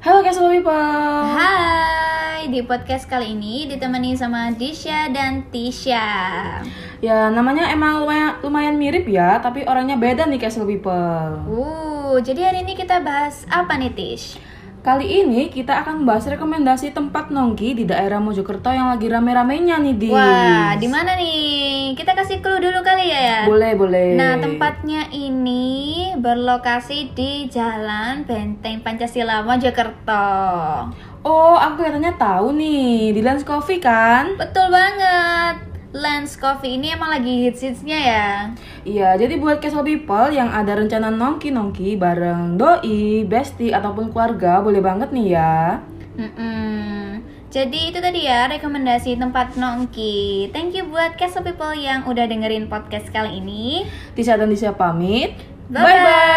Halo Casual People. Hai, di podcast kali ini ditemani sama Disha dan Tisha. Ya namanya emang lumayan mirip ya, tapi orangnya beda nih Casual People. Jadi hari ini kita bahas apa nih Tish? Kali ini kita akan membahas rekomendasi tempat nongki di daerah Mojokerto yang lagi rame-ramenya nih Dis. Wah, di mana nih? Kita kasih clue dulu kali ya. Boleh. Nah, tempatnya ini berlokasi di Jalan Benteng Pancasila Mojokerto. Oh, aku kelihatannya tahu nih, di Lens Coffee kan? Betul banget. Lens Coffee ini emang lagi hits-hitsnya ya. Iya, jadi buat casual people yang ada rencana nongki-nongki bareng doi, bestie, ataupun keluarga, boleh banget nih ya. Jadi itu tadi ya rekomendasi tempat nongki. Thank you buat casual people yang udah dengerin podcast kali ini. Tisha dan Disha pamit. Bye-bye.